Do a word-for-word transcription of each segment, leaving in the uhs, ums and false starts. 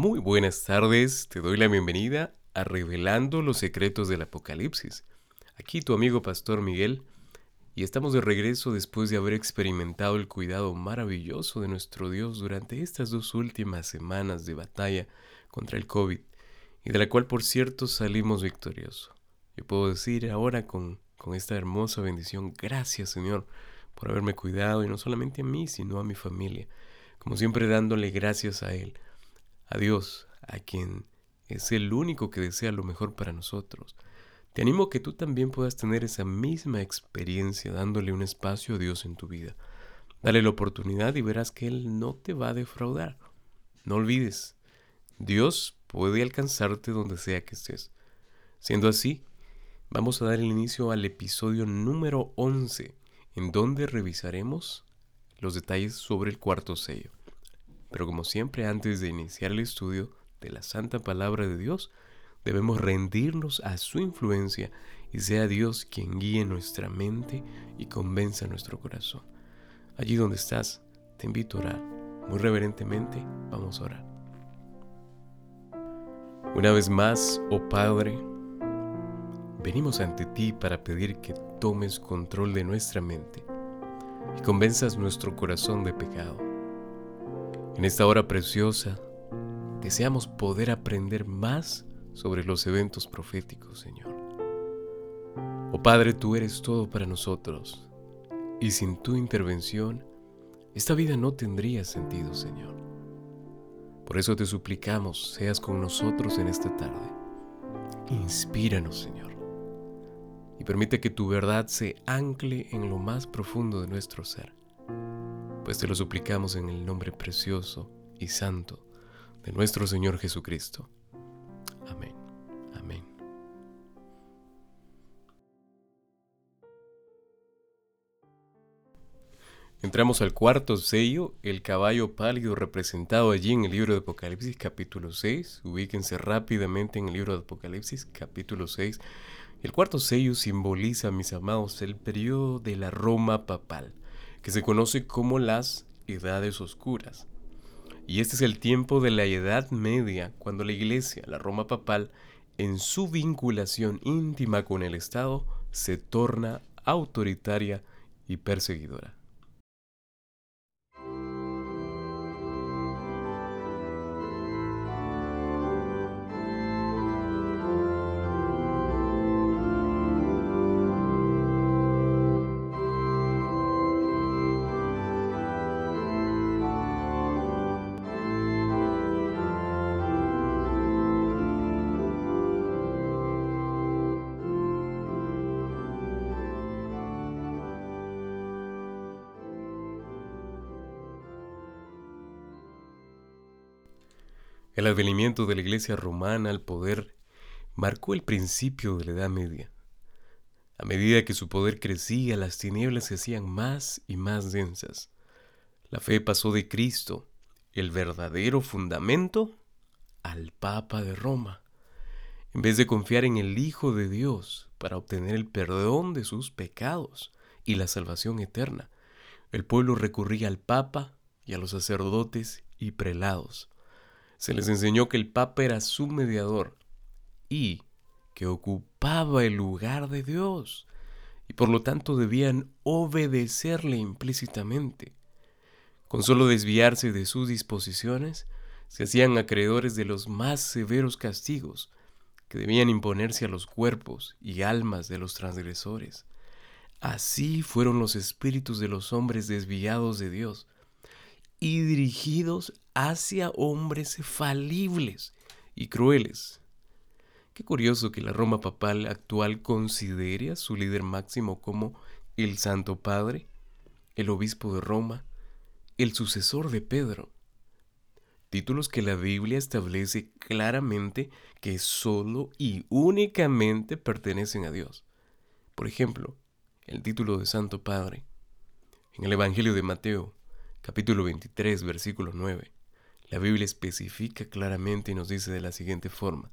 Muy buenas tardes, te doy la bienvenida a Revelando los Secretos del Apocalipsis. Aquí tu amigo Pastor Miguel, y estamos de regreso después de haber experimentado el cuidado maravilloso de nuestro Dios durante estas dos últimas semanas de batalla contra el COVID, y de la cual por cierto salimos victoriosos. Yo puedo decir ahora con, con esta hermosa bendición, gracias Señor por haberme cuidado, y no solamente a mí, sino a mi familia, como siempre dándole gracias a Él. A Dios, a quien es el único que desea lo mejor para nosotros. Te animo a que tú también puedas tener esa misma experiencia dándole un espacio a Dios en tu vida. Dale la oportunidad y verás que Él no te va a defraudar. No olvides, Dios puede alcanzarte donde sea que estés. Siendo así, vamos a dar el inicio al episodio número once, en donde revisaremos los detalles sobre el cuarto sello. Pero como siempre, antes de iniciar el estudio de la Santa Palabra de Dios, debemos rendirnos a su influencia y sea Dios quien guíe nuestra mente y convenza nuestro corazón. Allí donde estás, te invito a orar. Muy reverentemente, vamos a orar. Una vez más, oh Padre, venimos ante ti para pedir que tomes control de nuestra mente y convenzas nuestro corazón de pecado. En esta hora preciosa, deseamos poder aprender más sobre los eventos proféticos, Señor. Oh Padre, tú eres todo para nosotros, y sin tu intervención, esta vida no tendría sentido, Señor. Por eso te suplicamos, seas con nosotros en esta tarde. Inspíranos, Señor, y permite que tu verdad se ancle en lo más profundo de nuestro ser. Pues te lo suplicamos en el nombre precioso y santo de nuestro Señor Jesucristo. Amén. Amén. Entramos al cuarto sello, el caballo pálido representado allí en el libro de Apocalipsis capítulo seis. Ubíquense rápidamente en el libro de Apocalipsis capítulo seis. El cuarto sello simboliza, mis amados, el periodo de la Roma papal, que se conoce como las Edades Oscuras. Y este es el tiempo de la Edad Media, cuando la Iglesia, la Roma papal, en su vinculación íntima con el Estado, se torna autoritaria y perseguidora. El advenimiento de la Iglesia romana al poder marcó el principio de la Edad Media. A medida que su poder crecía, las tinieblas se hacían más y más densas. La fe pasó de Cristo, el verdadero fundamento, al Papa de Roma. En vez de confiar en el Hijo de Dios para obtener el perdón de sus pecados y la salvación eterna, el pueblo recurría al Papa y a los sacerdotes y prelados. Se les enseñó que el Papa era su mediador y que ocupaba el lugar de Dios, y por lo tanto debían obedecerle implícitamente. Con solo desviarse de sus disposiciones, se hacían acreedores de los más severos castigos que debían imponerse a los cuerpos y almas de los transgresores. Así fueron los espíritus de los hombres desviados de Dios y dirigidos hacia hombres falibles y crueles. Qué curioso que la Roma papal actual considere a su líder máximo como el Santo Padre, el obispo de Roma, el sucesor de Pedro. Títulos que la Biblia establece claramente que solo y únicamente pertenecen a Dios. Por ejemplo, el título de Santo Padre. En el Evangelio de Mateo, capítulo veintitrés, versículo nueve, la Biblia especifica claramente y nos dice de la siguiente forma: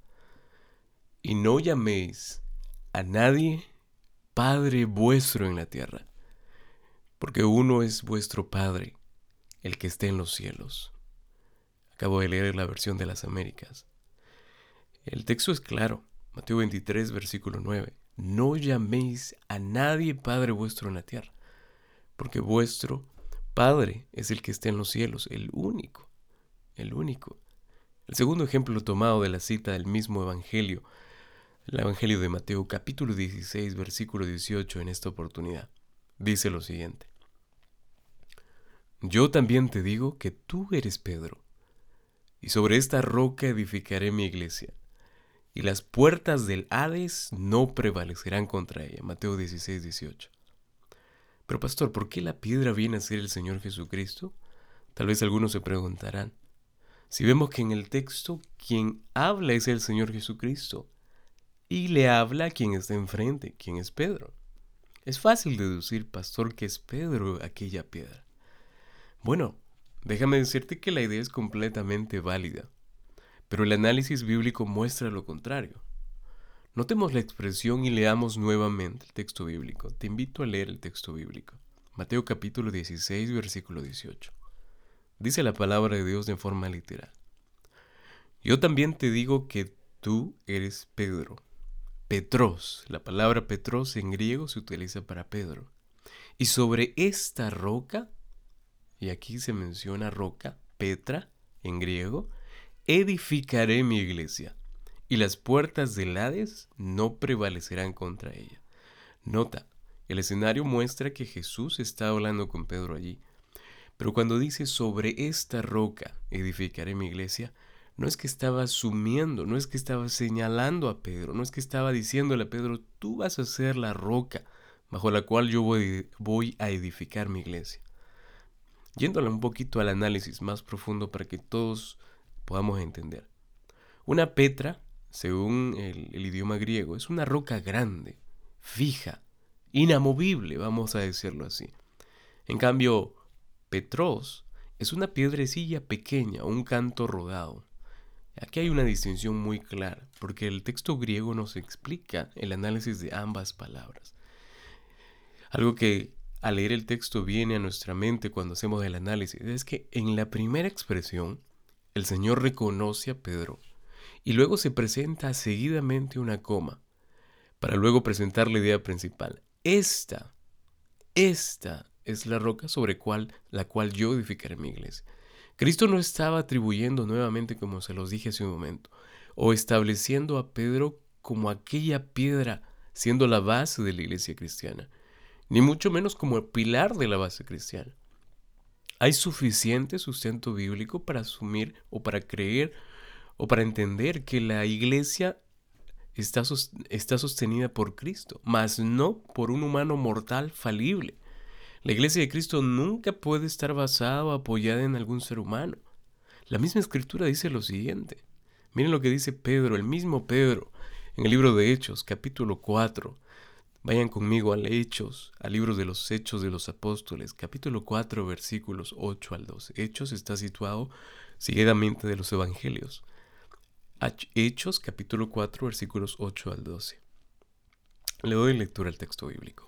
y no llaméis a nadie Padre vuestro en la tierra, porque uno es vuestro Padre, el que está en los cielos. Acabo de leer la versión de las Américas. El texto es claro. Mateo veintitrés, versículo nueve. No llaméis a nadie Padre vuestro en la tierra, porque vuestro Padre es el que está en los cielos, el único, el único. El segundo ejemplo tomado de la cita del mismo Evangelio, el Evangelio de Mateo, capítulo dieciséis, versículo dieciocho, en esta oportunidad, dice lo siguiente. Yo también te digo que tú eres Pedro, y sobre esta roca edificaré mi iglesia, y las puertas del Hades no prevalecerán contra ella. Mateo dieciséis, dieciocho. Pero pastor, ¿por qué la piedra viene a ser el Señor Jesucristo? Tal vez algunos se preguntarán. Si vemos que en el texto quien habla es el Señor Jesucristo, y le habla a quien está enfrente, quien es Pedro. Es fácil deducir, pastor, que es Pedro aquella piedra. Bueno, déjame decirte que la idea es completamente válida, pero el análisis bíblico muestra lo contrario. Notemos la expresión y leamos nuevamente el texto bíblico. Te invito a leer el texto bíblico. Mateo capítulo dieciséis, versículo dieciocho. Dice la palabra de Dios de forma literal. Yo también te digo que tú eres Pedro. Petros, la palabra Petros en griego se utiliza para Pedro. Y sobre esta roca, y aquí se menciona roca, Petra en griego, edificaré mi iglesia, y las puertas del Hades no prevalecerán contra ella. Nota, el escenario muestra que Jesús está hablando con Pedro allí. Pero cuando dice sobre esta roca edificaré mi iglesia, no es que estaba asumiendo, no es que estaba señalando a Pedro, no es que estaba diciéndole a Pedro, tú vas a ser la roca bajo la cual yo voy, voy a edificar mi iglesia. Yéndole un poquito al análisis más profundo para que todos podamos entender. Una petra, según el, el idioma griego, es una roca grande, fija, inamovible, vamos a decirlo así. En cambio, Petros es una piedrecilla pequeña, un canto rodado. Aquí hay una distinción muy clara, porque el texto griego nos explica el análisis de ambas palabras. Algo que al leer el texto viene a nuestra mente cuando hacemos el análisis es que en la primera expresión el Señor reconoce a Pedro y luego se presenta seguidamente una coma para luego presentar la idea principal. Esta, esta es la roca sobre cual, la cual yo edificaré mi iglesia. Cristo no estaba atribuyendo nuevamente, como se los dije hace un momento, o estableciendo a Pedro como aquella piedra siendo la base de la iglesia cristiana, ni mucho menos como el pilar de la base cristiana. Hay suficiente sustento bíblico para asumir o para creer o para entender que la iglesia está, está sostenida por Cristo, mas no por un humano mortal falible. La iglesia de Cristo nunca puede estar basada o apoyada en algún ser humano. La misma escritura dice lo siguiente. Miren lo que dice Pedro, el mismo Pedro, en el libro de Hechos, capítulo cuatro. Vayan conmigo al Hechos, al libro de los Hechos de los Apóstoles, capítulo cuatro, versículos ocho al doce. Hechos está situado seguidamente de los Evangelios. Hechos, capítulo cuatro, versículos ocho al doce. Le doy lectura al texto bíblico.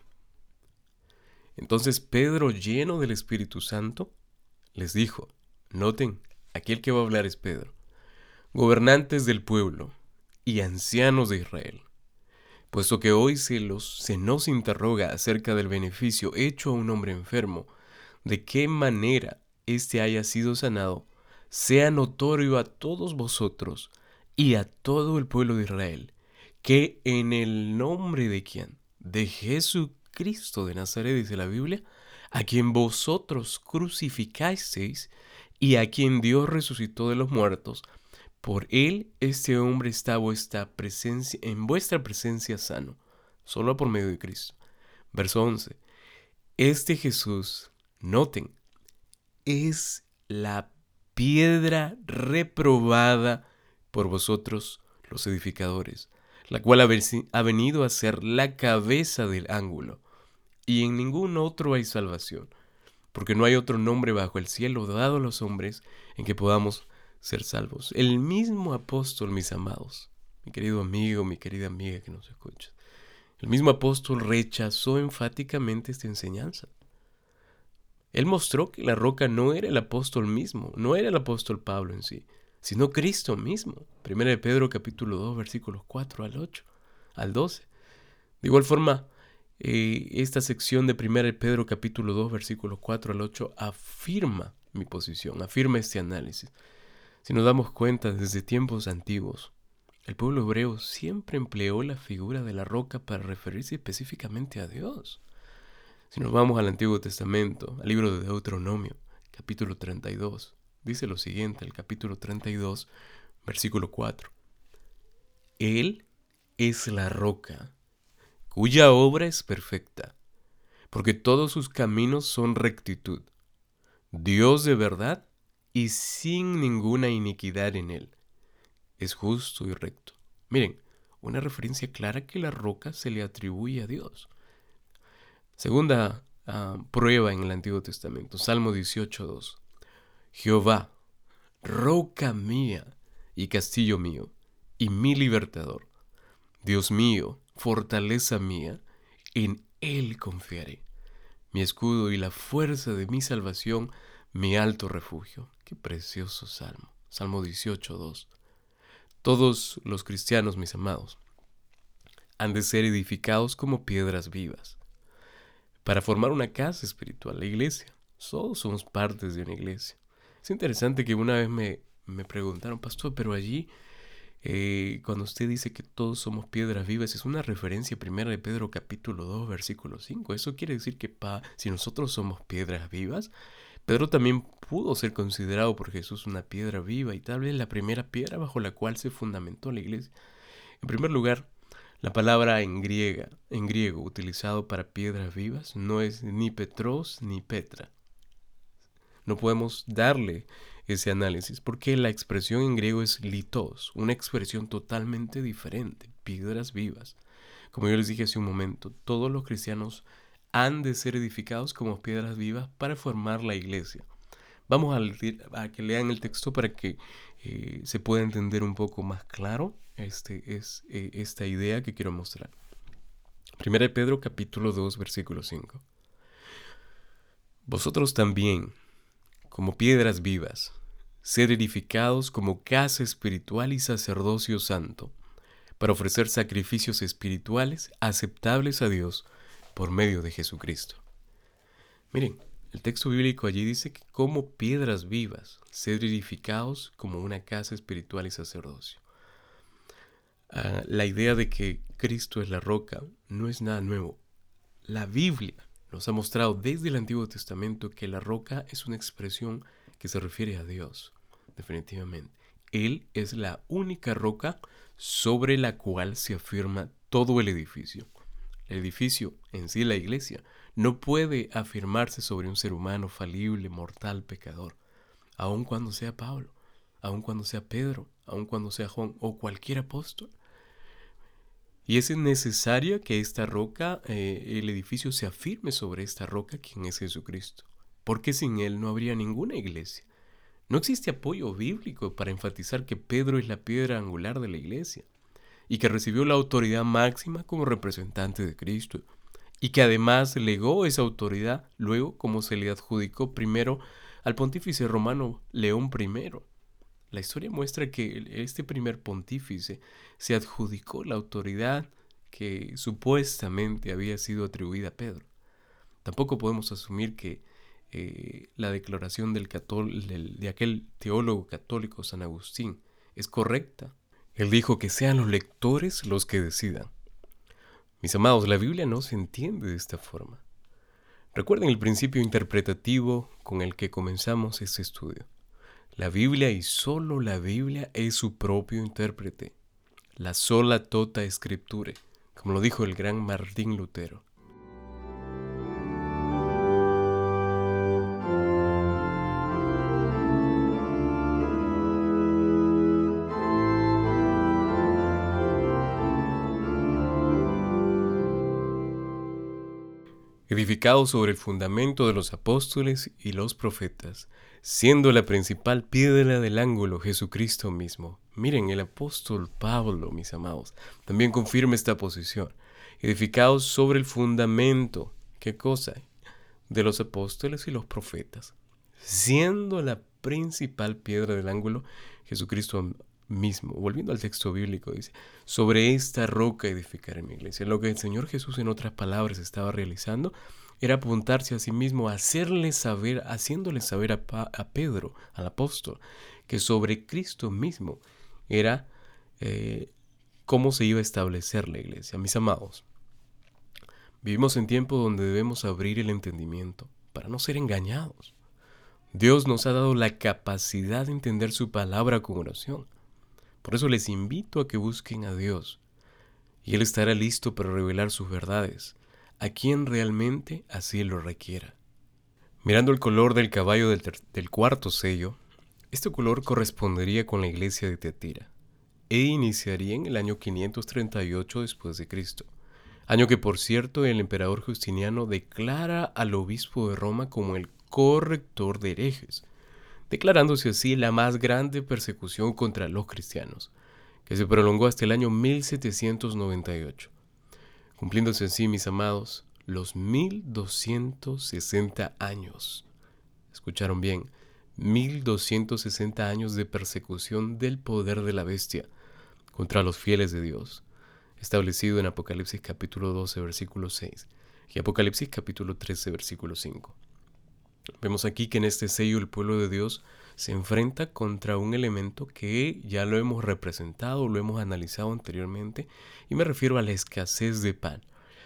Entonces Pedro, lleno del Espíritu Santo, les dijo, noten, aquí el que va a hablar es Pedro, gobernantes del pueblo y ancianos de Israel, puesto que hoy se, los, se nos interroga acerca del beneficio hecho a un hombre enfermo, de qué manera éste haya sido sanado, sea notorio a todos vosotros y a todo el pueblo de Israel, que en el nombre de quién, de Jesucristo, Cristo de Nazaret, dice la Biblia, a quien vosotros crucificasteis y a quien Dios resucitó de los muertos, por él este hombre está vuestra presencia, en vuestra presencia sano, solo por medio de Cristo. Verso once. Este Jesús, noten, es la piedra reprobada por vosotros los edificadores, la cual ha venido a ser la cabeza del ángulo. Y en ningún otro hay salvación, porque no hay otro nombre bajo el cielo dado a los hombres en que podamos ser salvos. El mismo apóstol, mis amados, mi querido amigo, mi querida amiga que nos escucha, el mismo apóstol rechazó enfáticamente esta enseñanza. Él mostró que la roca no era el apóstol mismo, no era el apóstol Pablo en sí, sino Cristo mismo. Primera de Pedro capítulo dos, versículos cuatro al ocho, al doce. De igual forma, eh, esta sección de Primera de Pedro capítulo dos, versículos cuatro al ocho afirma mi posición, afirma este análisis. Si nos damos cuenta, desde tiempos antiguos, el pueblo hebreo siempre empleó la figura de la roca para referirse específicamente a Dios. Si nos vamos al Antiguo Testamento, al libro de Deuteronomio, capítulo treinta y dos, dice lo siguiente, el capítulo treinta y dos, versículo cuatro. Él es la roca, cuya obra es perfecta, porque todos sus caminos son rectitud. Dios de verdad y sin ninguna iniquidad en él. Es justo y recto. Miren, una referencia clara que la roca se le atribuye a Dios. Segunda uh, prueba en el Antiguo Testamento, Salmo dieciocho, dos. Jehová, roca mía y castillo mío, y mi libertador. Dios mío, fortaleza mía, en él confiaré. Mi escudo y la fuerza de mi salvación, mi alto refugio. Qué precioso salmo. Salmo dieciocho, dos. Todos los cristianos, mis amados, han de ser edificados como piedras vivas para formar una casa espiritual, la iglesia. Todos somos partes de una iglesia. Es interesante que una vez me, me preguntaron, pastor, pero allí, eh, cuando usted dice que todos somos piedras vivas, es una referencia primera de Pedro capítulo dos, versículo cinco. Eso quiere decir que pa, si nosotros somos piedras vivas, Pedro también pudo ser considerado por Jesús una piedra viva y tal vez la primera piedra bajo la cual se fundamentó la iglesia. En primer lugar, la palabra en, griega, en griego utilizado para piedras vivas no es ni Petros ni Petra. No podemos darle ese análisis porque la expresión en griego es litos, una expresión totalmente diferente, piedras vivas. Como yo les dije hace un momento, todos los cristianos han de ser edificados como piedras vivas para formar la iglesia. Vamos a, a que lean el texto para que eh, se pueda entender un poco más claro este, es, eh, esta idea que quiero mostrar. Primera de Pedro capítulo dos, versículo cinco. Vosotros también, como piedras vivas, sed edificados como casa espiritual y sacerdocio santo, para ofrecer sacrificios espirituales aceptables a Dios por medio de Jesucristo. Miren, el texto bíblico allí dice que como piedras vivas, sed edificados como una casa espiritual y sacerdocio. Uh, la idea de que Cristo es la roca no es nada nuevo. La Biblia nos ha mostrado desde el Antiguo Testamento que la roca es una expresión que se refiere a Dios, definitivamente. Él es la única roca sobre la cual se afirma todo el edificio. El edificio, en sí la iglesia, no puede afirmarse sobre un ser humano falible, mortal, pecador, aun cuando sea Pablo, aun cuando sea Pedro, aun cuando sea Juan o cualquier apóstol. Y es necesario que esta roca, eh, el edificio se afirme sobre esta roca, quien es Jesucristo, porque sin él no habría ninguna iglesia. No existe apoyo bíblico para enfatizar que Pedro es la piedra angular de la iglesia y que recibió la autoridad máxima como representante de Cristo y que además legó esa autoridad luego como se le adjudicó primero al pontífice romano León primero. La historia muestra que este primer pontífice se adjudicó la autoridad que supuestamente había sido atribuida a Pedro. Tampoco podemos asumir que eh, la declaración del catól- del, de aquel teólogo católico San Agustín es correcta. Él dijo que sean los lectores los que decidan. Mis amados, la Biblia no se entiende de esta forma. Recuerden el principio interpretativo con el que comenzamos este estudio. La Biblia y solo la Biblia es su propio intérprete. La sola tota scripture, como lo dijo el gran Martín Lutero. Edificado sobre el fundamento de los apóstoles y los profetas, siendo la principal piedra del ángulo Jesucristo mismo. Miren, el apóstol Pablo, mis amados, también confirma esta posición. Edificados sobre el fundamento, ¿qué cosa? de los apóstoles y los profetas, siendo la principal piedra del ángulo Jesucristo mismo. Volviendo al texto bíblico, dice: sobre esta roca edificaré mi iglesia. Lo que el Señor Jesús, en otras palabras, estaba realizando era apuntarse a sí mismo, hacerle saber, haciéndole saber a, pa, a Pedro, al apóstol, que sobre Cristo mismo era eh, cómo se iba a establecer la iglesia. Mis amados, vivimos en tiempos donde debemos abrir el entendimiento para no ser engañados. Dios nos ha dado la capacidad de entender su palabra con oración. Por eso les invito a que busquen a Dios, y Él estará listo para revelar sus verdades a quien realmente así lo requiera. Mirando el color del caballo del, ter- del cuarto sello, este color correspondería con la iglesia de Tiatira e iniciaría en el año quinientos treinta y ocho después de Cristo, año que, por cierto, el emperador Justiniano declara al obispo de Roma como el corrector de herejes, declarándose así la más grande persecución contra los cristianos, que se prolongó hasta el año mil setecientos noventa y ocho, cumpliéndose así, mis amados, los mil doscientos sesenta años. Escucharon bien, mil doscientos sesenta años de persecución del poder de la bestia contra los fieles de Dios, establecido en Apocalipsis capítulo doce, versículo seis, y Apocalipsis capítulo trece, versículo cinco. Vemos aquí que en este sello el pueblo de Dios se enfrenta contra un elemento que ya lo hemos representado, lo hemos analizado anteriormente, y me refiero a la escasez de pan.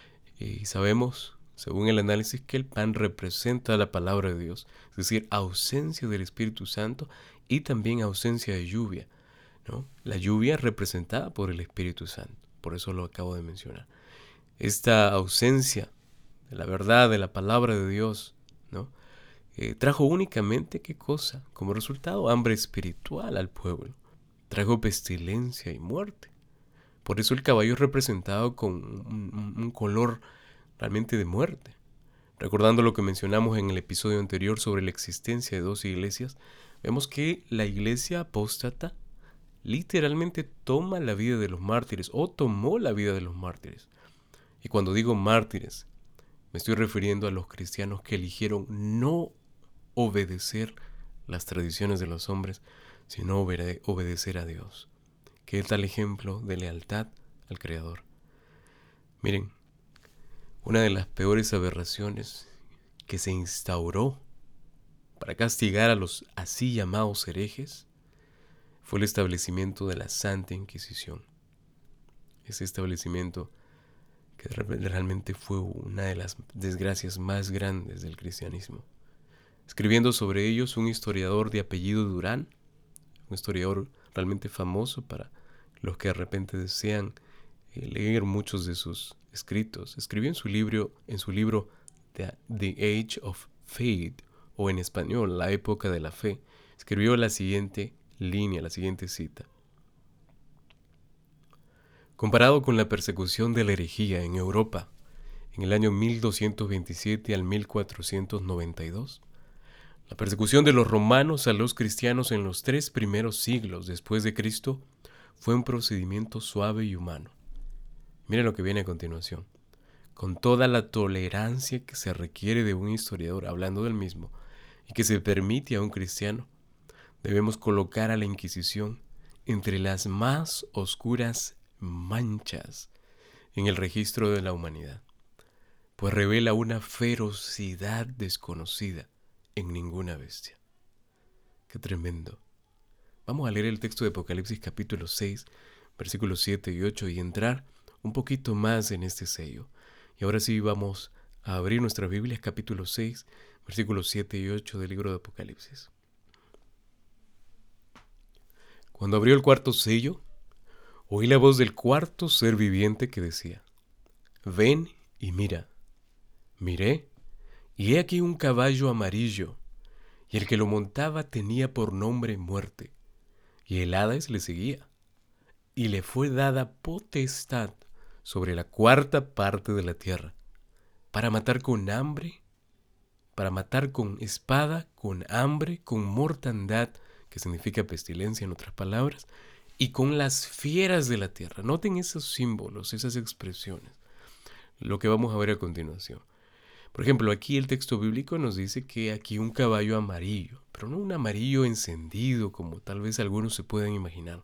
Y sabemos, según el análisis, que el pan representa la palabra de Dios, es decir, ausencia del Espíritu Santo y también ausencia de lluvia, ¿no? La lluvia representada por el Espíritu Santo, por eso lo acabo de mencionar. Esta ausencia de la verdad, de la palabra de Dios, ¿no? Eh, trajo únicamente, ¿qué cosa? Como resultado, hambre espiritual al pueblo. Trajo pestilencia y muerte. Por eso el caballo es representado con un, un, un color realmente de muerte. Recordando lo que mencionamos en el episodio anterior sobre la existencia de dos iglesias, vemos que la iglesia apóstata literalmente toma la vida de los mártires, o tomó la vida de los mártires. Y cuando digo mártires, me estoy refiriendo a los cristianos que eligieron no obedecer las tradiciones de los hombres, sino obede- obedecer a Dios. ¿Qué tal ejemplo de lealtad al Creador? Miren, una de las peores aberraciones que se instauró para castigar a los así llamados herejes fue el establecimiento de la Santa Inquisición. Ese establecimiento que realmente fue una de las desgracias más grandes del cristianismo. Escribiendo sobre ellos un historiador de apellido Durán, un historiador realmente famoso para los que de repente desean eh, leer muchos de sus escritos, escribió en su libro, en su libro The, The Age of Faith, o en español, La época de la fe, escribió la siguiente línea, la siguiente cita. Comparado con la persecución de la herejía en Europa en el año mil doscientos veintisiete al mil cuatrocientos noventa y dos, la persecución de los romanos a los cristianos en los tres primeros siglos después de Cristo fue un procedimiento suave y humano. Miren lo que viene a continuación. Con toda la tolerancia que se requiere de un historiador hablando del mismo y que se permite a un cristiano, debemos colocar a la Inquisición entre las más oscuras manchas en el registro de la humanidad, pues revela una ferocidad desconocida en ninguna bestia. ¡Qué tremendo! Vamos a leer el texto de Apocalipsis capítulo seis, versículos siete y ocho, y entrar un poquito más en este sello. Y ahora sí vamos a abrir nuestras Biblias, capítulo seis, versículos siete y ocho del libro de Apocalipsis. Cuando abrió el cuarto sello, oí la voz del cuarto ser viviente que decía: ven y mira. Miré, y he aquí un caballo amarillo, y el que lo montaba tenía por nombre Muerte, y el Hades le seguía, y le fue dada potestad sobre la cuarta parte de la tierra, para matar con hambre, para matar con espada, con hambre, con mortandad, que significa pestilencia en otras palabras, y con las fieras de la tierra. Noten esos símbolos, esas expresiones, lo que vamos a ver a continuación. Por ejemplo, aquí el texto bíblico nos dice que aquí un caballo amarillo, pero no un amarillo encendido como tal vez algunos se pueden imaginar.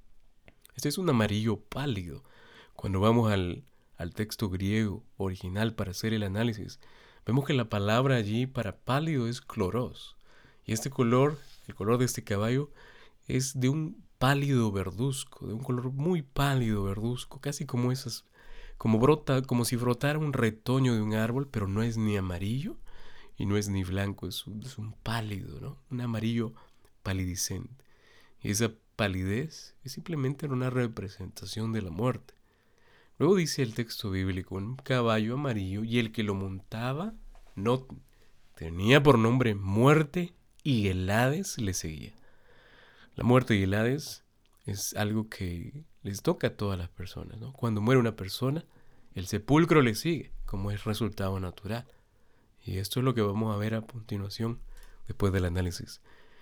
Este es un amarillo pálido. Cuando vamos al, al texto griego original para hacer el análisis, vemos que la palabra allí para pálido es cloros. Y este color, el color de este caballo, es de un pálido verduzco, de un color muy pálido verduzco, casi como esas, como brota, como si brotara un retoño de un árbol, pero no es ni amarillo y no es ni blanco, es un, es un pálido, ¿no? Un amarillo palidicente. Y esa palidez es simplemente una representación de la muerte. Luego dice el texto bíblico, un caballo amarillo, y el que lo montaba no tenía por nombre muerte, y el Hades le seguía. La muerte y el Hades es algo que les toca a todas las personas, ¿no? Cuando muere una persona, el sepulcro le sigue, como es resultado natural. Y esto es lo que vamos a ver a continuación, después del análisis.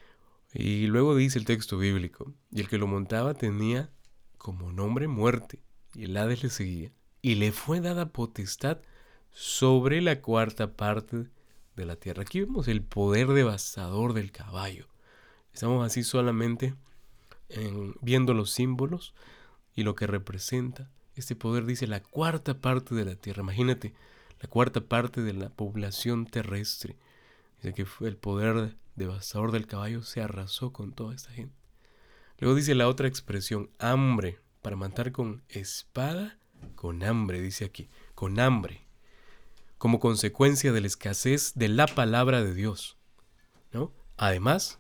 Y luego dice el texto bíblico, y el que lo montaba tenía como nombre muerte, y el Hades le seguía, y le fue dada potestad sobre la cuarta parte de la tierra. Aquí vemos el poder devastador del caballo. Estamos así solamente en, viendo los símbolos y lo que representa. Este poder dice la cuarta parte de la tierra. Imagínate, la cuarta parte de la población terrestre. Dice que fue el poder devastador del caballo se arrasó con toda esta gente. Luego dice la otra expresión, hambre, para matar con espada, con hambre, dice aquí, con hambre, como consecuencia de la escasez de la palabra de Dios, ¿no? Además,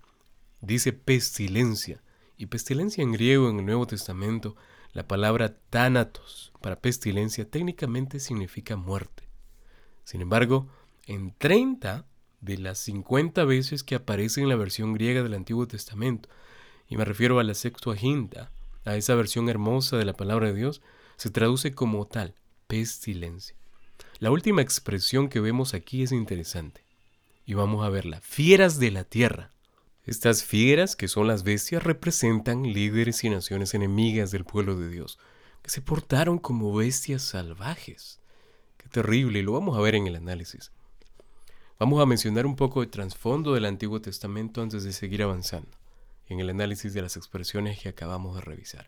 dice pestilencia, y pestilencia en griego en el Nuevo Testamento, la palabra thanatos para pestilencia técnicamente significa muerte. Sin embargo, en treinta de las cincuenta veces que aparece en la versión griega del Antiguo Testamento, y me refiero a la Septuaginta, a esa versión hermosa de la palabra de Dios, se traduce como tal, pestilencia. La última expresión que vemos aquí es interesante, y vamos a verla, fieras de la tierra. Estas fieras, que son las bestias, representan líderes y naciones enemigas del pueblo de Dios, que se portaron como bestias salvajes. Qué terrible, y lo vamos a ver en el análisis. Vamos a mencionar un poco de trasfondo del Antiguo Testamento antes de seguir avanzando en el análisis de las expresiones que acabamos de revisar.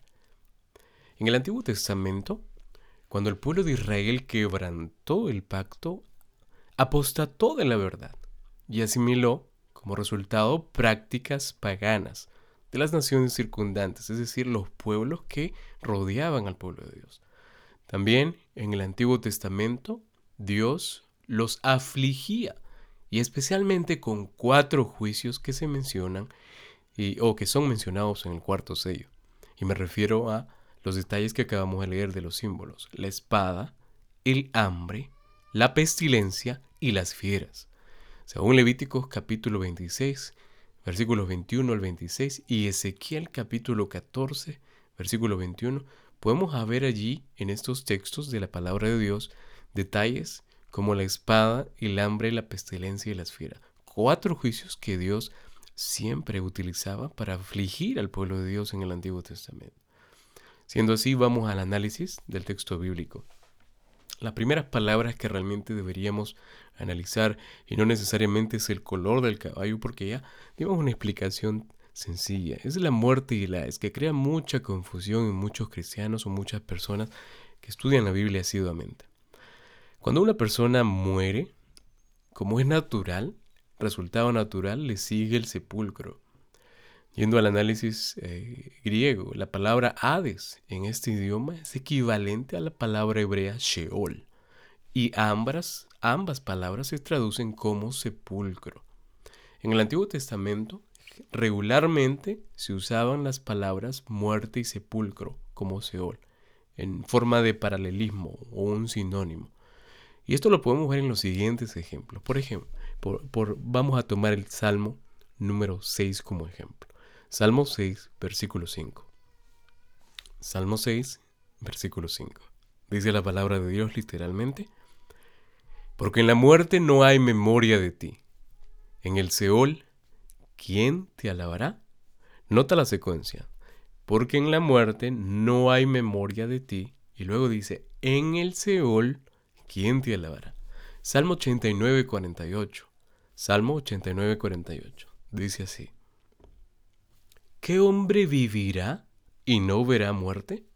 En el Antiguo Testamento, cuando el pueblo de Israel quebrantó el pacto, apostató de la verdad y asimiló como resultado prácticas paganas de las naciones circundantes, es decir, los pueblos que rodeaban al pueblo de Dios. También en el Antiguo Testamento, Dios los afligía, y especialmente con cuatro juicios que se mencionan y, o que son mencionados en el cuarto sello. Y me refiero a los detalles que acabamos de leer de los símbolos: la espada, el hambre, la pestilencia y las fieras. Según Levíticos capítulo veintiséis, versículos veintiuno al veintiséis, y Ezequiel capítulo catorce, versículo veintiuno, podemos ver allí en estos textos de la palabra de Dios detalles como la espada, el hambre, la pestilencia y las fieras. Cuatro juicios que Dios siempre utilizaba para afligir al pueblo de Dios en el Antiguo Testamento. Siendo así, vamos al análisis del texto bíblico. Las primeras palabras que realmente deberíamos analizar, y no necesariamente es el color del caballo, porque ya dimos una explicación sencilla, es la muerte y la es que crea mucha confusión en muchos cristianos o muchas personas que estudian la Biblia asiduamente. Cuando una persona muere, como es natural, resultado natural, le sigue el sepulcro. Yendo al análisis eh, griego, la palabra Hades en este idioma es equivalente a la palabra hebrea Sheol, y ambas, ambas palabras se traducen como sepulcro. En el Antiguo Testamento, regularmente se usaban las palabras muerte y sepulcro como Sheol, en forma de paralelismo o un sinónimo. Y esto lo podemos ver en los siguientes ejemplos. Por ejemplo, por, por, vamos a tomar el Salmo número seis como ejemplo. Salmo seis, versículo cinco. Salmo seis, versículo cinco. Dice la palabra de Dios literalmente: porque en la muerte no hay memoria de ti. En el Seol, ¿quién te alabará? Nota la secuencia. Porque en la muerte no hay memoria de ti. Y luego dice, en el Seol, ¿quién te alabará? Salmo ochenta y nueve, cuarenta y ocho. Salmo ochenta y nueve, cuarenta y ocho. Dice así: ¿qué hombre vivirá y no verá muerte?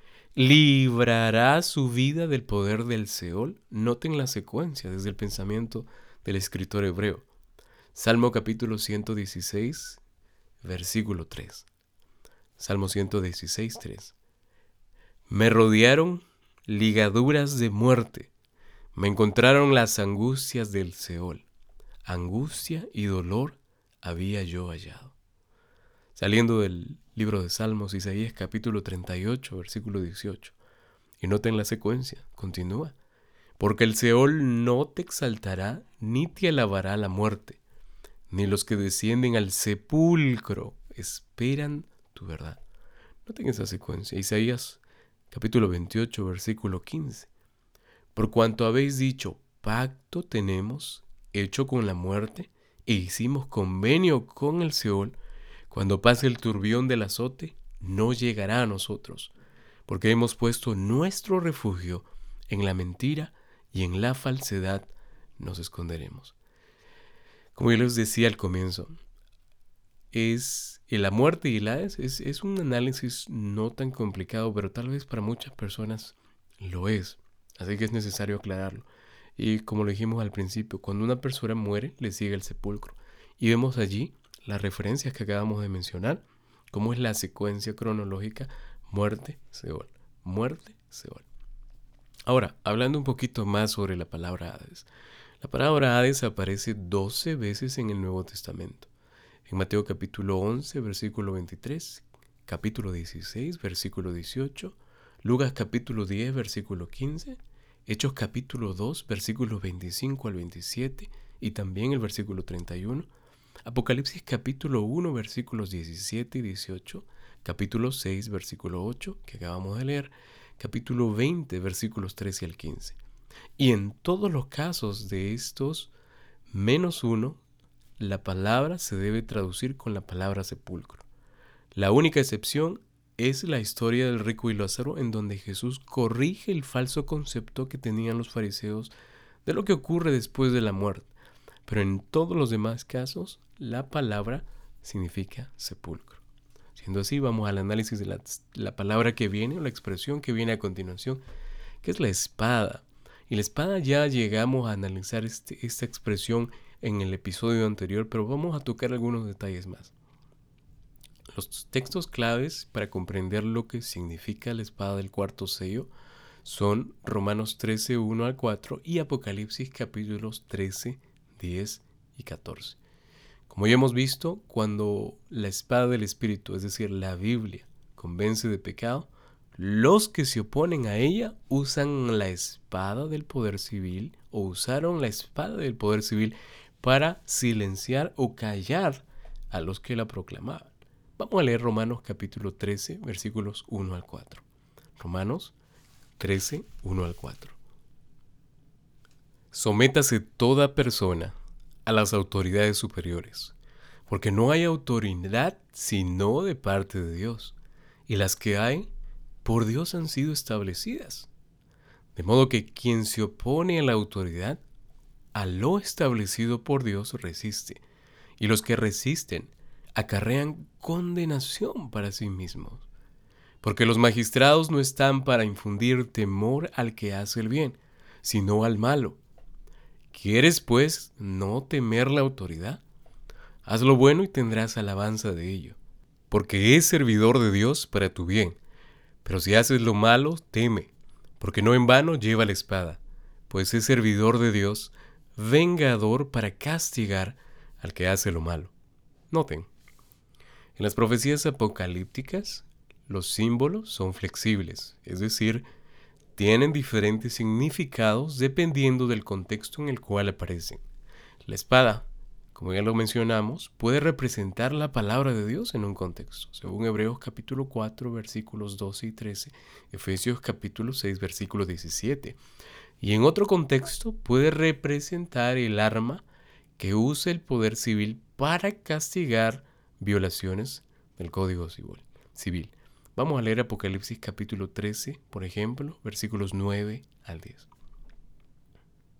¿Librará su vida del poder del Seol? Noten la secuencia desde el pensamiento del escritor hebreo. Salmo capítulo ciento dieciséis, versículo tres. Salmo ciento dieciséis, tres. Me rodearon ligaduras de muerte, me encontraron las angustias del Seol. Angustia y dolor había yo hallado. Saliendo del libro de Salmos, Isaías capítulo treinta y ocho, versículo dieciocho. Y noten la secuencia, continúa. Porque el Seol no te exaltará, ni te alabará la muerte, ni los que descienden al sepulcro esperan tu verdad. Noten esa secuencia. Isaías capítulo veintiocho, versículo quince. Por cuanto habéis dicho, pacto tenemos hecho con la muerte, e hicimos convenio con el Seol, cuando pase el turbión del azote, no llegará a nosotros, porque hemos puesto nuestro refugio en la mentira y en la falsedad nos esconderemos. Como yo les decía al comienzo, es la muerte y el Hades es, es un análisis no tan complicado, pero tal vez para muchas personas lo es. Así que es necesario aclararlo. Y como lo dijimos al principio, cuando una persona muere, le sigue el sepulcro. Y vemos allí las referencias que acabamos de mencionar, cómo es la secuencia cronológica: muerte, Seol, muerte, Seol. Ahora, hablando un poquito más sobre la palabra Hades. La palabra Hades aparece doce veces en el Nuevo Testamento. En Mateo capítulo once, versículo veintitrés, capítulo dieciséis, versículo dieciocho, Lucas capítulo diez, versículo quince, Hechos capítulo dos, versículos veinticinco al veintisiete y también el versículo treinta y uno, Apocalipsis capítulo uno, versículos diecisiete y dieciocho, capítulo seis, versículo ocho, que acabamos de leer, capítulo veinte, versículos trece al quince. Y en todos los casos de estos, menos uno, la palabra se debe traducir con la palabra sepulcro. La única excepción es la historia del rico y Lázaro, en donde Jesús corrige el falso concepto que tenían los fariseos de lo que ocurre después de la muerte. Pero en todos los demás casos, la palabra significa sepulcro. Siendo así, vamos al análisis de la, la palabra que viene, o la expresión que viene a continuación, que es la espada. Y la espada, ya llegamos a analizar este, esta expresión en el episodio anterior, pero vamos a tocar algunos detalles más. Los textos claves para comprender lo que significa la espada del cuarto sello son Romanos trece, uno al cuatro y Apocalipsis capítulos trece, diez y catorce. Como ya hemos visto, cuando la espada del Espíritu, es decir, la Biblia, convence de pecado, los que se oponen a ella usan la espada del poder civil o usaron la espada del poder civil para silenciar o callar a los que la proclamaban. Vamos a leer Romanos capítulo trece, versículos uno al cuatro. Romanos trece, uno al cuatro. Sométase toda persona a las autoridades superiores, porque no hay autoridad sino de parte de Dios, y las que hay, por Dios han sido establecidas. De modo que quien se opone a la autoridad, a lo establecido por Dios resiste, y los que resisten acarrean condenación para sí mismos. Porque los magistrados no están para infundir temor al que hace el bien, sino al malo. ¿Quieres, pues, no temer la autoridad? Haz lo bueno y tendrás alabanza de ello, porque es servidor de Dios para tu bien. Pero si haces lo malo, teme, porque no en vano lleva la espada, pues es servidor de Dios, vengador para castigar al que hace lo malo. Noten, en las profecías apocalípticas, los símbolos son flexibles, es decir, tienen diferentes significados dependiendo del contexto en el cual aparecen. La espada, como ya lo mencionamos, puede representar la palabra de Dios en un contexto, según Hebreos capítulo cuatro, versículos doce y trece, Efesios capítulo seis, versículo diecisiete. Y en otro contexto puede representar el arma que usa el poder civil para castigar violaciones del Código Civil. Vamos a leer Apocalipsis capítulo trece, por ejemplo, versículos nueve al diez.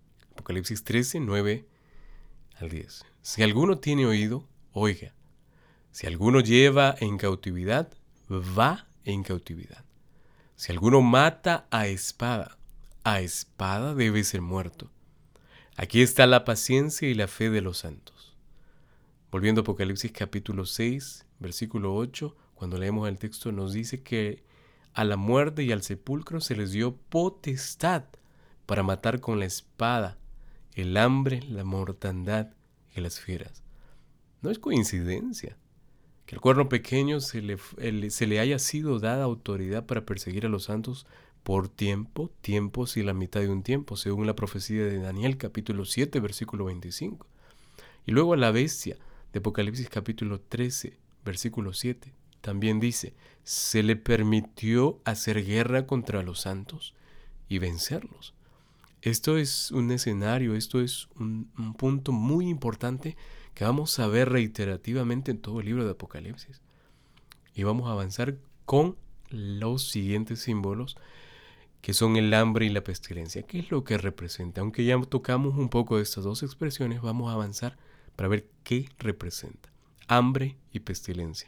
Apocalipsis trece, nueve al diez. Si alguno tiene oído, oiga. Si alguno lleva en cautividad, va en cautividad. Si alguno mata a espada, a espada debe ser muerto. Aquí está la paciencia y la fe de los santos. Volviendo a Apocalipsis capítulo seis, versículo ocho, cuando leemos el texto nos dice que a la muerte y al sepulcro se les dio potestad para matar con la espada, el hambre, la mortandad y las fieras. No es coincidencia que al cuerno pequeño se le, el, se le haya sido dada autoridad para perseguir a los santos por tiempo, tiempos y la mitad de un tiempo, según la profecía de Daniel capítulo siete, versículo veinticinco. Y luego a la bestia de Apocalipsis capítulo trece, versículo siete, también dice, se le permitió hacer guerra contra los santos y vencerlos. Esto es un escenario, esto es un, un punto muy importante que vamos a ver reiterativamente en todo el libro de Apocalipsis. Y vamos a avanzar con los siguientes símbolos, que son el hambre y la pestilencia. ¿Qué es lo que representa? Aunque ya tocamos un poco de estas dos expresiones, vamos a avanzar para ver qué representa. Hambre y pestilencia.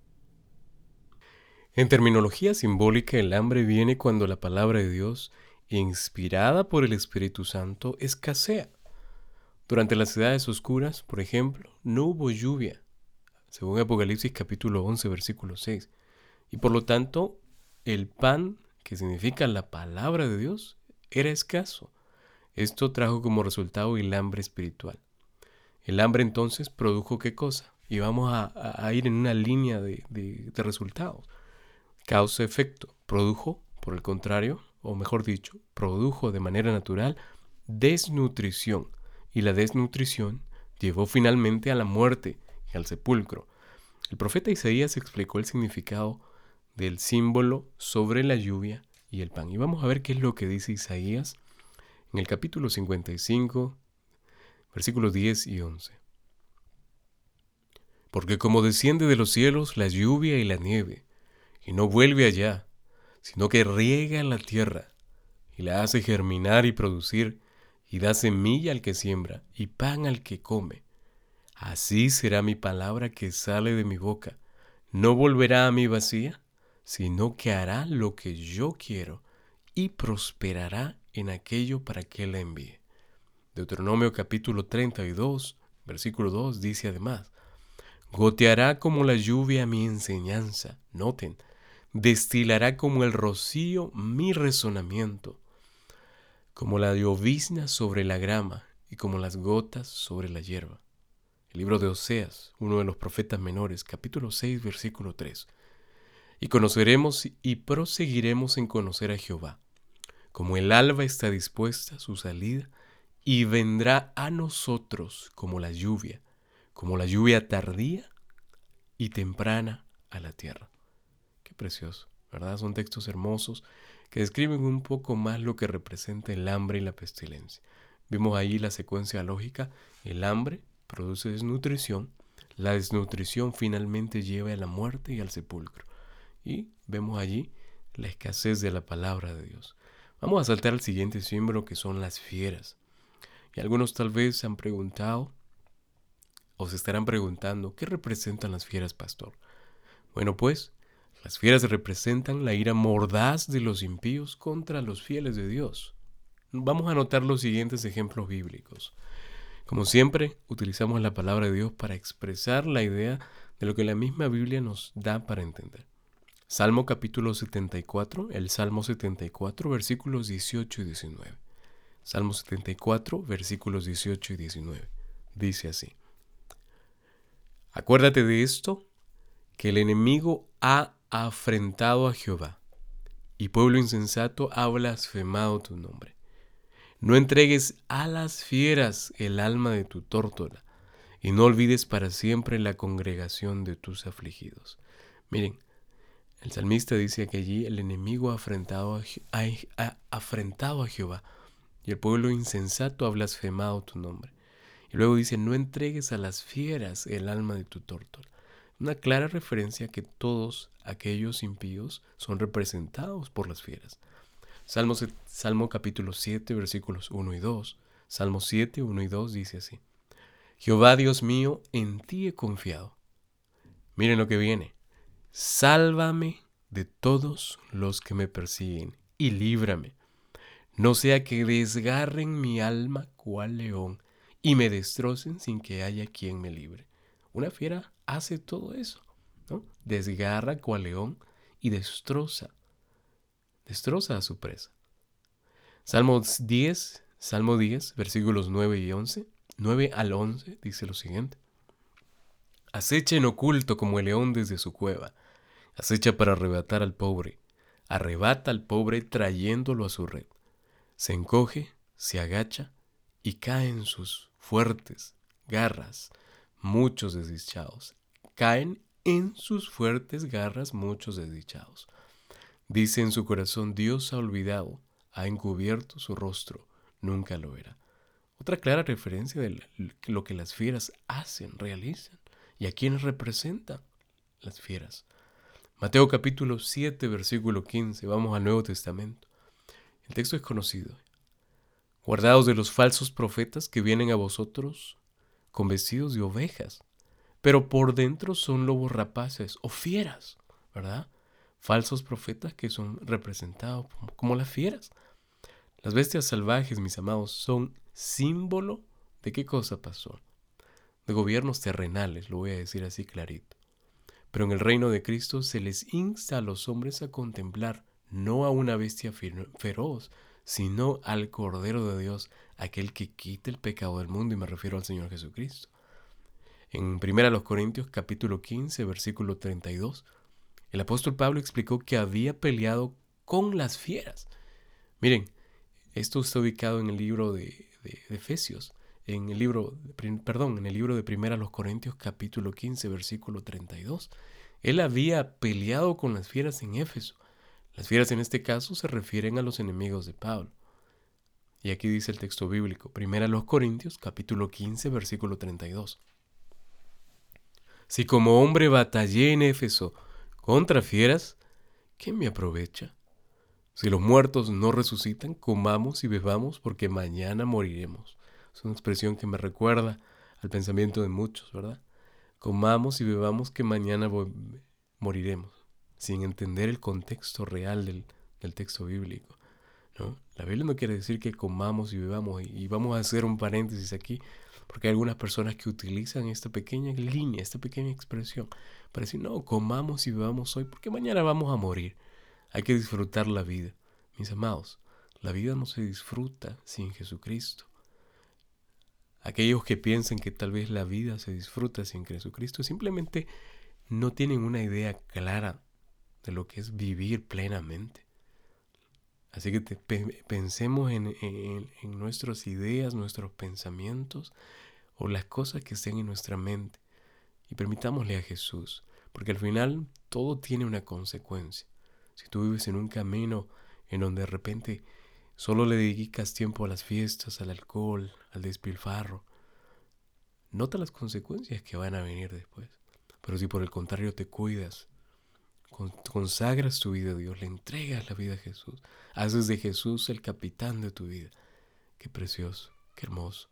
En terminología simbólica, el hambre viene cuando la palabra de Dios, inspirada por el Espíritu Santo, escasea. Durante las edades oscuras, por ejemplo, no hubo lluvia, según Apocalipsis capítulo once, versículo seis. Y por lo tanto, el pan, que significa la palabra de Dios, era escaso. Esto trajo como resultado el hambre espiritual. El hambre entonces produjo ¿qué cosa? Y vamos a, a ir en una línea de, de, de resultados. Causa-efecto. Produjo, por el contrario, o mejor dicho, produjo de manera natural desnutrición. Y la desnutrición llevó finalmente a la muerte y al sepulcro. El profeta Isaías explicó el significado del símbolo sobre la lluvia y el pan. Y vamos a ver qué es lo que dice Isaías en el capítulo cincuenta y cinco, versículos diez y once. Porque como desciende de los cielos la lluvia y la nieve, y no vuelve allá, sino que riega la tierra, y la hace germinar y producir, y da semilla al que siembra, y pan al que come. Así será mi palabra que sale de mi boca. No volverá a mí vacía, sino que hará lo que yo quiero, y prosperará en aquello para que la envíe. Deuteronomio capítulo treinta y dos, versículo dos, dice además, goteará como la lluvia mi enseñanza. Noten, destilará como el rocío mi razonamiento, como la llovizna sobre la grama y como las gotas sobre la hierba. El libro de Oseas, uno de los profetas menores, capítulo seis, versículo tres. Y conoceremos y proseguiremos en conocer a Jehová, como el alba está dispuesta a su salida, y vendrá a nosotros como la lluvia, como la lluvia tardía y temprana a la tierra. Qué precioso, ¿verdad? Son textos hermosos que describen un poco más lo que representa el hambre y la pestilencia. Vimos ahí la secuencia lógica. El hambre produce desnutrición. La desnutrición finalmente lleva a la muerte y al sepulcro. Y vemos allí la escasez de la palabra de Dios. Vamos a saltar al siguiente símbolo, que son las fieras. Y algunos tal vez se han preguntado o se estarán preguntando, ¿qué representan las fieras, pastor? Bueno, pues, las fieras representan la ira mordaz de los impíos contra los fieles de Dios. Vamos a anotar los siguientes ejemplos bíblicos. Como siempre, utilizamos la palabra de Dios para expresar la idea de lo que la misma Biblia nos da para entender. Salmo capítulo setenta y cuatro, el Salmo setenta y cuatro, versículos dieciocho y diecinueve. Salmo setenta y cuatro, versículos dieciocho y diecinueve. Dice así: acuérdate de esto, que el enemigo ha afrentado a Jehová, y pueblo insensato ha blasfemado tu nombre. No entregues a las fieras el alma de tu tórtola, y no olvides para siempre la congregación de tus afligidos. Miren, el salmista dice que allí el enemigo ha afrentado a, ha, ha afrentado a Jehová, y el pueblo insensato ha blasfemado tu nombre. Y luego dice, no entregues a las fieras el alma de tu tórtola. Una clara referencia a que todos aquellos impíos son representados por las fieras. Salmo, Salmo capítulo siete, versículos uno y dos. Salmo siete, uno y dos dice así: Jehová Dios mío, en ti he confiado. Miren lo que viene: sálvame de todos los que me persiguen y líbrame, no sea que desgarren mi alma cual león y me destrocen sin que haya quien me libre. Una fiera hace todo eso, ¿no? Desgarra cual león y destroza, destroza a su presa. Salmo diez, Salmo diez, versículos nueve y once, nueve al once, dice lo siguiente: acecha en oculto como el león desde su cueva, acecha para arrebatar al pobre, arrebata al pobre trayéndolo a su red. Se encoge, se agacha y caen sus fuertes garras muchos desdichados. Caen en sus fuertes garras muchos desdichados. Dice en su corazón: Dios ha olvidado, ha encubierto su rostro, nunca lo verá. Otra clara referencia de lo que las fieras hacen, realizan y a quienes representan las fieras. Mateo capítulo siete, versículo quince. Vamos al Nuevo Testamento. El texto es conocido. Guardaos de los falsos profetas que vienen a vosotros con vestidos de ovejas, pero por dentro son lobos rapaces o fieras, ¿verdad? Falsos profetas que son representados como las fieras. Las bestias salvajes, mis amados, son símbolo de qué cosa pasó. De gobiernos terrenales, lo voy a decir así clarito. Pero en el reino de Cristo se les insta a los hombres a contemplar no a una bestia feroz, sino al Cordero de Dios, aquel que quita el pecado del mundo, y me refiero al Señor Jesucristo. En primera Corintios capítulo quince, versículo treinta y dos, el apóstol Pablo explicó que había peleado con las fieras. Miren, esto está ubicado en el libro de, de, de Efesios, en el libro, perdón, en el libro de primera Corintios capítulo quince, versículo treinta y dos. Él había peleado con las fieras en Éfeso. Las fieras en este caso se refieren a los enemigos de Pablo. Y aquí dice el texto bíblico, primera Corintios capítulo quince, versículo treinta y dos. Si como hombre batallé en Éfeso contra fieras, ¿qué me aprovecha? Si los muertos no resucitan, comamos y bebamos, porque mañana moriremos. Es una expresión que me recuerda al pensamiento de muchos, ¿verdad? Comamos y bebamos, que mañana moriremos, sin entender el contexto real del, del texto bíblico, ¿no? La Biblia no quiere decir que comamos y bebamos, y, y vamos a hacer un paréntesis aquí, porque hay algunas personas que utilizan esta pequeña línea, esta pequeña expresión, para decir: no, comamos y bebamos hoy, porque mañana vamos a morir. Hay que disfrutar la vida. Mis amados, la vida no se disfruta sin Jesucristo. Aquellos que piensan que tal vez la vida se disfruta sin Jesucristo simplemente no tienen una idea clara de lo que es vivir plenamente. Así que te, pe, pensemos en, en, en nuestras ideas, nuestros pensamientos o las cosas que estén en nuestra mente y permitámosle a Jesús, porque al final todo tiene una consecuencia. Si tú vives en un camino en donde de repente solo le dedicas tiempo a las fiestas, al alcohol, al despilfarro, nota las consecuencias que van a venir después. Pero si por el contrario te cuidas, consagras tu vida a Dios, le entregas la vida a Jesús, haces de Jesús el capitán de tu vida. Qué precioso, qué hermoso.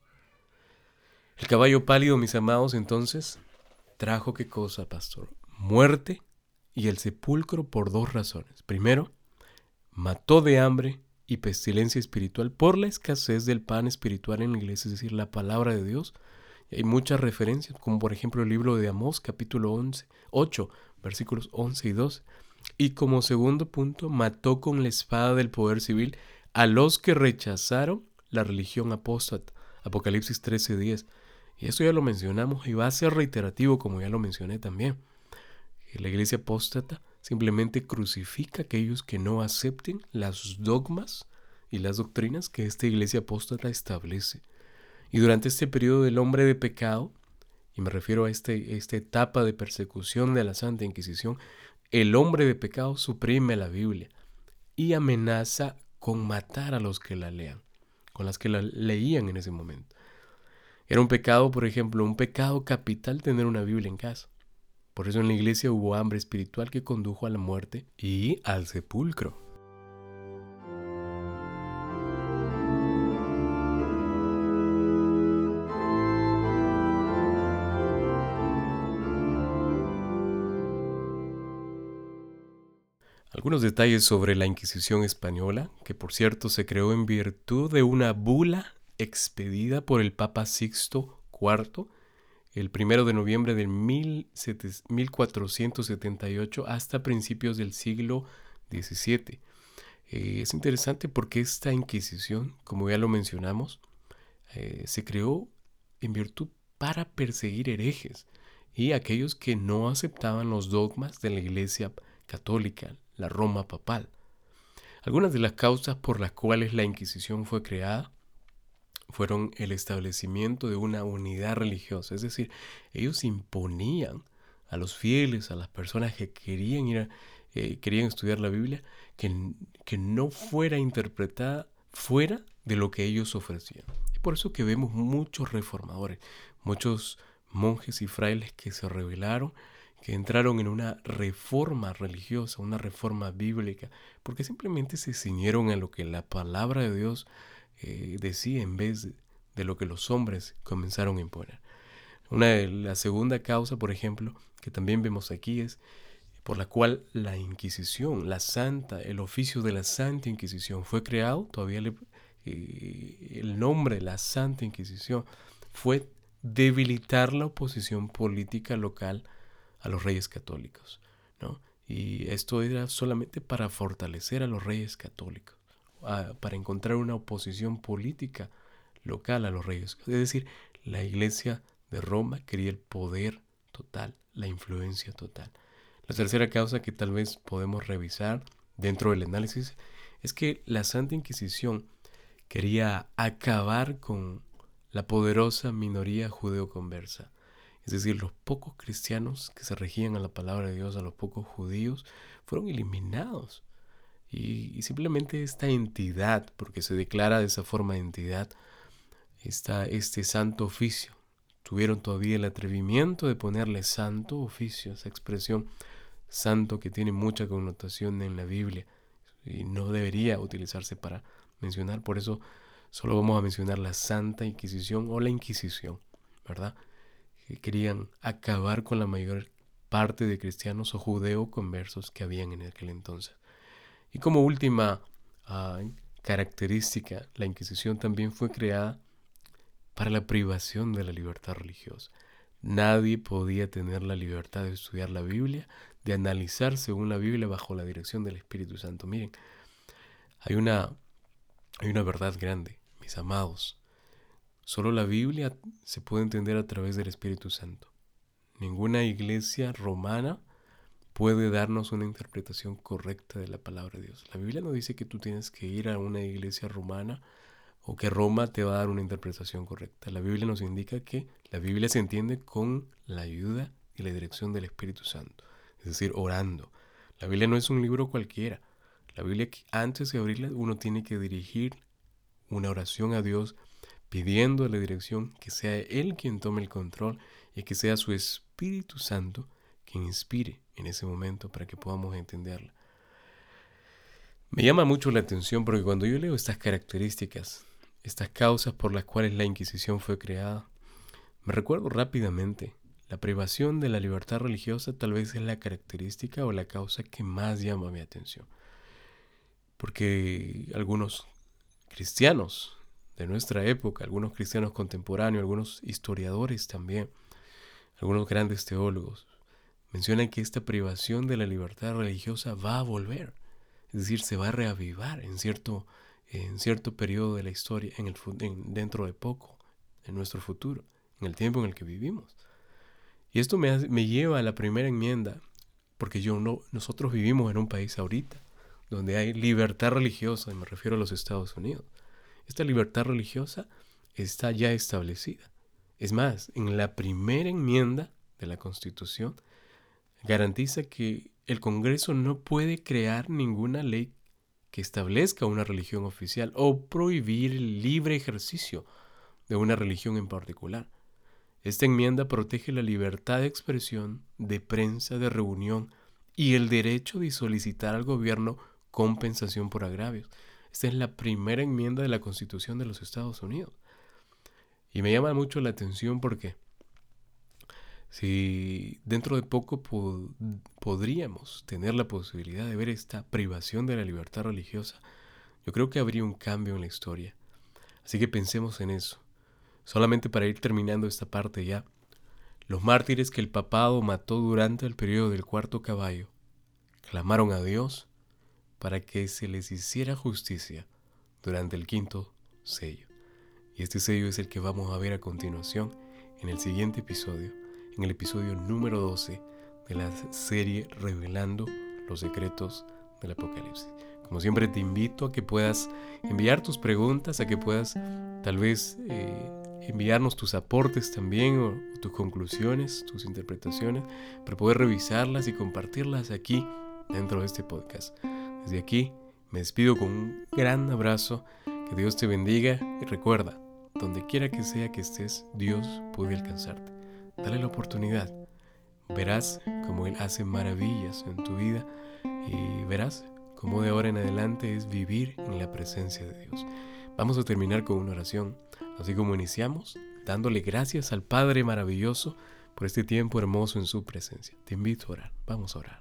El caballo pálido, mis amados, entonces, trajo qué cosa, pastor: muerte y el sepulcro, por dos razones. Primero, mató de hambre y pestilencia espiritual por la escasez del pan espiritual en la iglesia, es decir, la palabra de Dios. Y hay muchas referencias, como por ejemplo el libro de Amós, capítulo once, ocho, versículos once y doce. Y como segundo punto, mató con la espada del poder civil a los que rechazaron la religión apóstata. Apocalipsis trece, diez. Y esto ya lo mencionamos y va a ser reiterativo, como ya lo mencioné también. La iglesia apóstata simplemente crucifica a aquellos que no acepten las dogmas y las doctrinas que esta iglesia apóstata establece. Y durante este periodo del hombre de pecado, y me refiero a este, esta etapa de persecución de la Santa Inquisición, el hombre de pecado suprime la Biblia y amenaza con matar a los que la lean, con las que la leían en ese momento. Era un pecado, por ejemplo, un pecado capital tener una Biblia en casa. Por eso en la iglesia hubo hambre espiritual que condujo a la muerte y al sepulcro. Algunos detalles sobre la Inquisición española, que por cierto se creó en virtud de una bula expedida por el Papa Sixto cuarto el primero de noviembre de mil cuatrocientos setenta y ocho hasta principios del siglo diecisiete. Eh, es interesante porque esta Inquisición, como ya lo mencionamos, eh, se creó en virtud para perseguir herejes y aquellos que no aceptaban los dogmas de la Iglesia Católica, la Roma papal. Algunas de las causas por las cuales la Inquisición fue creada fueron el establecimiento de una unidad religiosa, es decir, ellos imponían a los fieles, a las personas que querían ir a, eh, querían estudiar la Biblia, que, que no fuera interpretada fuera de lo que ellos ofrecían. Es por eso que vemos muchos reformadores, muchos monjes y frailes que se rebelaron, que entraron en una reforma religiosa, una reforma bíblica, porque simplemente se ciñeron a lo que la palabra de Dios eh, decía en vez de, de lo que los hombres comenzaron a imponer. Una de la segunda causa, por ejemplo, que también vemos aquí es por la cual la Inquisición, la Santa, el oficio de la Santa Inquisición fue creado, todavía le, eh, el nombre, la Santa Inquisición, fue debilitar la oposición política local a los reyes católicos, ¿no? Y esto era solamente para fortalecer a los reyes católicos, a, para encontrar una oposición política local a los reyes. Es decir, la Iglesia de Roma quería el poder total, la influencia total. La tercera causa que tal vez podemos revisar dentro del análisis es que la Santa Inquisición quería acabar con la poderosa minoría judeo-conversa. Es decir, los pocos cristianos que se regían a la palabra de Dios, a los pocos judíos, fueron eliminados. Y, y simplemente esta entidad, porque se declara de esa forma entidad, está este santo oficio. Tuvieron todavía el atrevimiento de ponerle santo oficio, esa expresión santo que tiene mucha connotación en la Biblia y no debería utilizarse para mencionar. Por eso solo vamos a mencionar la Santa Inquisición o la Inquisición, ¿verdad? Que querían acabar con la mayor parte de cristianos o judeo conversos que habían en aquel entonces. Y como última uh, característica, la Inquisición también fue creada para la privación de la libertad religiosa. Nadie podía tener la libertad de estudiar la Biblia, de analizar según la Biblia bajo la dirección del Espíritu Santo. Miren, hay una, hay una verdad grande, mis amados. Solo la Biblia se puede entender a través del Espíritu Santo. Ninguna iglesia romana puede darnos una interpretación correcta de la palabra de Dios. La Biblia no dice que tú tienes que ir a una iglesia romana o que Roma te va a dar una interpretación correcta. La Biblia nos indica que la Biblia se entiende con la ayuda y la dirección del Espíritu Santo, es decir, orando. La Biblia no es un libro cualquiera. La Biblia, antes de abrirla, uno tiene que dirigir una oración a Dios pidiendo la dirección, que sea Él quien tome el control y que sea su Espíritu Santo quien inspire en ese momento para que podamos entenderla. Me llama mucho la atención porque cuando yo leo estas características, estas causas por las cuales la Inquisición fue creada, me recuerdo rápidamente, la privación de la libertad religiosa tal vez es la característica o la causa que más llama mi atención. Porque algunos cristianos de nuestra época, algunos cristianos contemporáneos, algunos historiadores también, algunos grandes teólogos, mencionan que esta privación de la libertad religiosa va a volver. Es decir, se va a reavivar en cierto, en cierto periodo de la historia, en el, en, dentro de poco, en nuestro futuro, en el tiempo en el que vivimos. Y esto me, hace, me lleva a la primera enmienda, porque yo no, nosotros vivimos en un país ahorita donde hay libertad religiosa, y me refiero a los Estados Unidos. Esta libertad religiosa está ya establecida. Es más, en la primera enmienda de la Constitución garantiza que el Congreso no puede crear ninguna ley que establezca una religión oficial o prohibir el libre ejercicio de una religión en particular. Esta enmienda protege la libertad de expresión, de prensa, de reunión y el derecho de solicitar al gobierno compensación por agravios. Esta es la primera enmienda de la Constitución de los Estados Unidos. Y me llama mucho la atención porque Si dentro de poco po- podríamos tener la posibilidad de ver esta privación de la libertad religiosa, yo creo que habría un cambio en la historia. Así que pensemos en eso. Solamente para ir terminando esta parte ya, los mártires que el papado mató durante el periodo del cuarto caballo clamaron a Dios para que se les hiciera justicia durante el quinto sello. Y este sello es el que vamos a ver a continuación en el siguiente episodio, en el episodio número doce de la serie Revelando los secretos del Apocalipsis. Como siempre te invito a que puedas enviar tus preguntas, a que puedas tal vez eh, enviarnos tus aportes también o, o tus conclusiones, tus interpretaciones, para poder revisarlas y compartirlas aquí dentro de este podcast. Desde aquí me despido con un gran abrazo, que Dios te bendiga y recuerda, donde quiera que sea que estés, Dios puede alcanzarte. Dale la oportunidad. Verás cómo Él hace maravillas en tu vida y verás cómo de ahora en adelante es vivir en la presencia de Dios. Vamos a terminar con una oración, así como iniciamos, dándole gracias al Padre maravilloso por este tiempo hermoso en su presencia. Te invito a orar. Vamos a orar.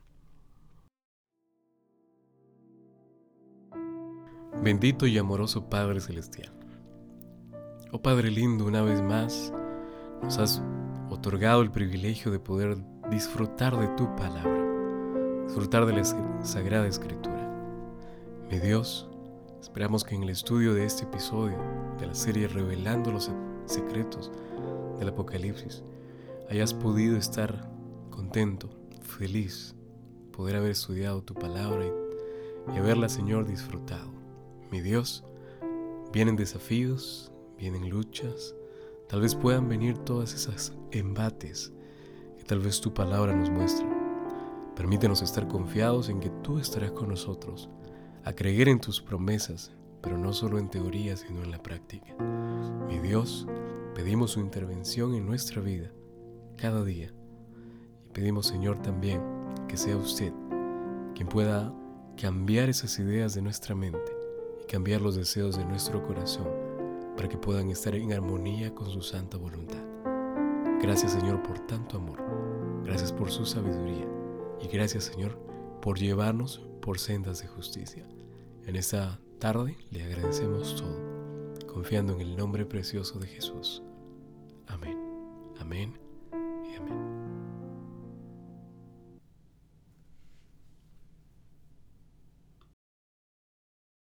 Bendito y amoroso Padre Celestial. Oh Padre lindo, una vez más nos has otorgado el privilegio de poder disfrutar de tu palabra, disfrutar de la Sagrada Escritura. Mi Dios, esperamos que en el estudio de este episodio de la serie Revelando los secretos del Apocalipsis hayas podido estar contento, feliz, poder haber estudiado tu palabra y, y haberla, Señor, disfrutado. Mi Dios, vienen desafíos, vienen luchas, tal vez puedan venir todas esas embates que tal vez tu palabra nos muestra. Permítenos estar confiados en que tú estarás con nosotros, a creer en tus promesas, pero no solo en teoría, sino en la práctica. Mi Dios, pedimos su intervención en nuestra vida cada día y pedimos, Señor, también que sea usted quien pueda cambiar esas ideas de nuestra mente y cambiar los deseos de nuestro corazón para que puedan estar en armonía con su santa voluntad. Gracias, Señor, por tanto amor. Gracias por su sabiduría. Y gracias, Señor, por llevarnos por sendas de justicia. En esta tarde le agradecemos todo, confiando en el nombre precioso de Jesús. Amén, amén y amén.